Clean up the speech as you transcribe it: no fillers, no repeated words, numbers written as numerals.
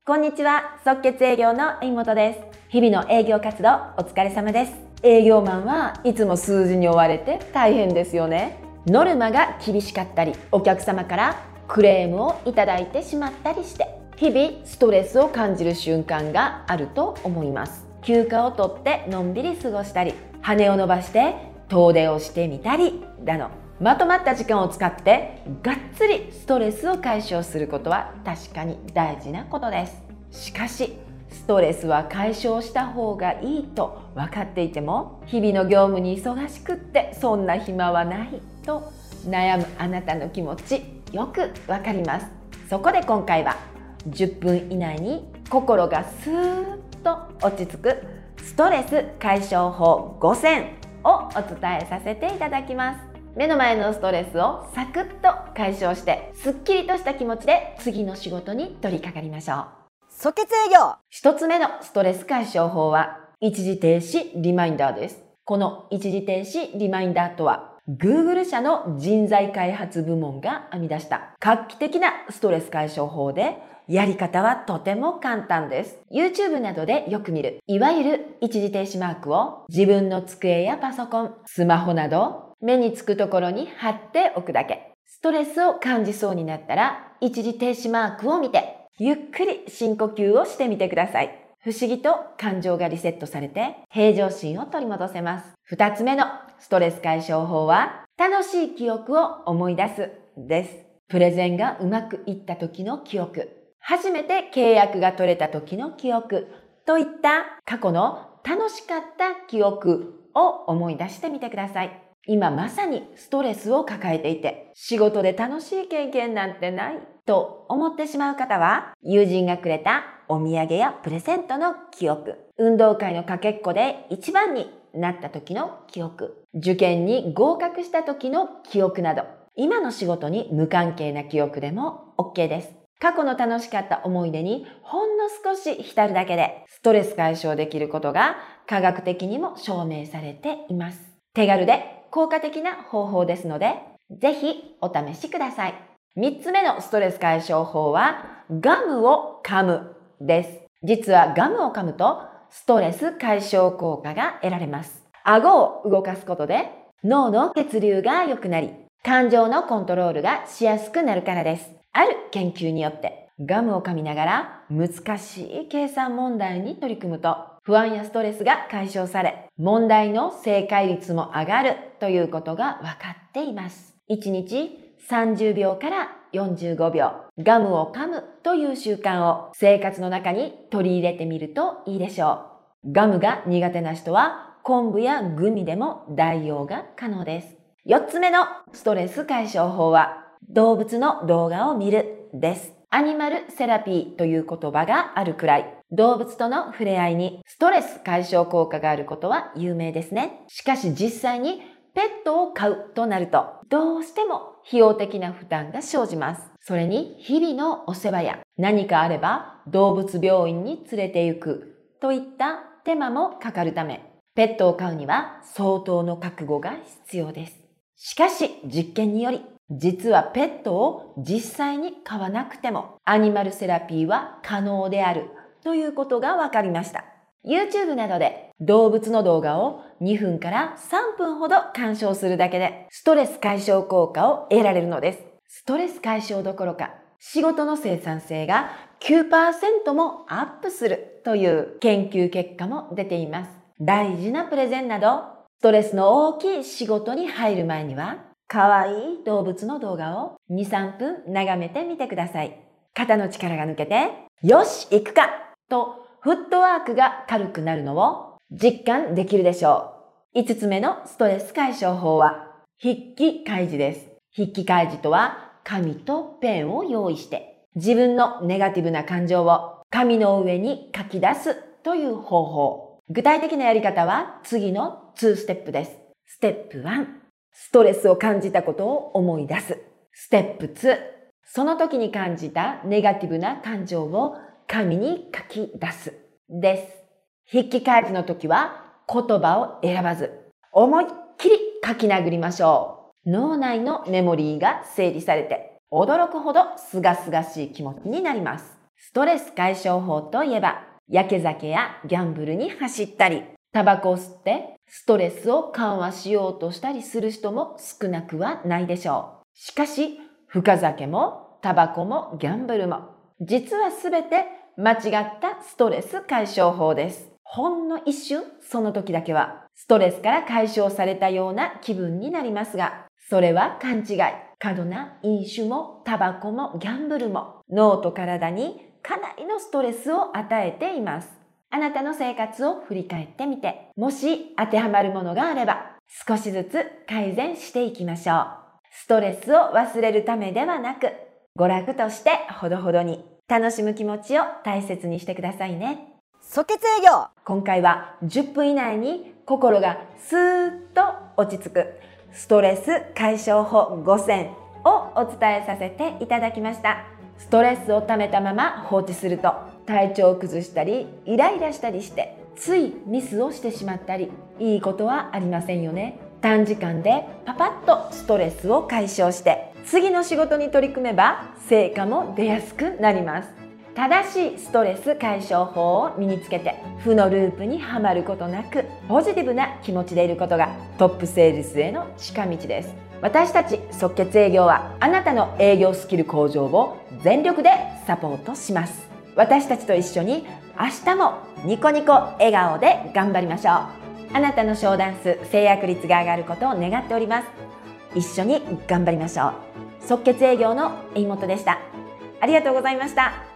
こんにちは、即決営業の妹です。日々の営業活動お疲れ様です。営業マンはいつも数字に追われて大変ですよね。ノルマが厳しかったり、お客様からクレームをいただいてしまったりして、日々ストレスを感じる瞬間があると思います。休暇を取ってのんびり過ごしたり、羽を伸ばして遠出をしてみたりだの、まとまった時間を使ってがっつりストレスを解消することは確かに大事なことです。しかしストレスは解消した方がいいと分かっていても、日々の業務に忙しくってそんな暇はないと悩むあなたの気持ちよくわかります。そこで今回は10分以内に心がスーッと落ち着くストレス解消法5選をお伝えさせていただきます。目の前のストレスをサクッと解消してすっきりとした気持ちで次の仕事に取り掛かりましょう。 即決営業。 一つ目のストレス解消法は一時停止リマインダーです。この一時停止リマインダーとは Google 社の人材開発部門が編み出した画期的なストレス解消法で、やり方はとても簡単です。 YouTube などでよく見るいわゆる一時停止マークを自分の机やパソコン、スマホなど目につくところに貼っておくだけ。ストレスを感じそうになったら一時停止マークを見てゆっくり深呼吸をしてみてください。不思議と感情がリセットされて平常心を取り戻せます。二つ目のストレス解消法は楽しい記憶を思い出すです。プレゼンがうまくいった時の記憶、初めて契約が取れた時の記憶といった過去の楽しかった記憶を思い出してみてください。今まさにストレスを抱えていて、仕事で楽しい経験なんてないと思ってしまう方は、友人がくれたお土産やプレゼントの記憶、運動会のかけっこで一番になった時の記憶、受験に合格した時の記憶など、今の仕事に無関係な記憶でも OK です。過去の楽しかった思い出にほんの少し浸るだけでストレス解消できることが科学的にも証明されています。手軽で効果的な方法ですので、ぜひお試しください。3つ目のストレス解消法はガムを噛むです。実はガムを噛むとストレス解消効果が得られます。顎を動かすことで脳の血流が良くなり、感情のコントロールがしやすくなるからです。ある研究によってガムを噛みながら難しい計算問題に取り組むと不安やストレスが解消され、問題の正解率も上がるということが分かっています。1日30秒から45秒ガムを噛むという習慣を生活の中に取り入れてみるといいでしょう。ガムが苦手な人は昆布やグミでも代用が可能です。4つ目のストレス解消法は動物の動画を見るです。アニマルセラピーという言葉があるくらい、動物との触れ合いにストレス解消効果があることは有名ですね。しかし実際にペットを飼うとなると、どうしても費用的な負担が生じます。それに日々のお世話や何かあれば動物病院に連れて行くといった手間もかかるため、ペットを飼うには相当の覚悟が必要です。しかし実験により、実はペットを実際に飼わなくてもアニマルセラピーは可能であるということが分かりました。YouTube などで動物の動画を2分から3分ほど鑑賞するだけでストレス解消効果を得られるのです。ストレス解消どころか仕事の生産性が 9% もアップするという研究結果も出ています。大事なプレゼンなどストレスの大きい仕事に入る前にはかわいい動物の動画を2、3分眺めてみてください。肩の力が抜けて、よし行くかとフットワークが軽くなるのを実感できるでしょう。5つ目のストレス解消法は筆記開示です。筆記開示とは紙とペンを用意して自分のネガティブな感情を紙の上に書き出すという方法。具体的なやり方は次の2ステップです。ステップ1、ストレスを感じたことを思い出す。ステップ2、その時に感じたネガティブな感情を紙に書き出す。です。筆記開示の時は言葉を選ばず、思いっきり書き殴りましょう。脳内のメモリーが整理されて、驚くほど清々しい気持ちになります。 ストレス解消法といえば、やけ酒やギャンブルに走ったり、タバコを吸ってストレスを緩和しようとしたりする人も少なくはないでしょう。しかし、深酒もタバコもギャンブルも、実はすべて間違ったストレス解消法です。ほんの一瞬、その時だけはストレスから解消されたような気分になりますが、それは勘違い。過度な飲酒もタバコもギャンブルも脳と体にかなりのストレスを与えています。あなたの生活を振り返ってみて、もし当てはまるものがあれば少しずつ改善していきましょう。ストレスを忘れるためではなく、娯楽としてほどほどに楽しむ気持ちを大切にしてくださいね。 即決営業。 今回は10分以内に心がスーッと落ち着くストレス解消法5選をお伝えさせていただきました。ストレスを溜めたまま放置すると体調を崩したりイライラしたりしてついミスをしてしまったり、いいことはありませんよね。短時間でパパッとストレスを解消して次の仕事に取り組めば成果も出やすくなります。正しいストレス解消法を身につけて負のループにはまることなくポジティブな気持ちでいることがトップセールスへの近道です。私たち即決営業はあなたの営業スキル向上を全力でサポートします。私たちと一緒に明日もニコニコ笑顔で頑張りましょう。あなたの商談数、制約率が上がることを願っております。一緒に頑張りましょう。即決営業の妹でした。ありがとうございました。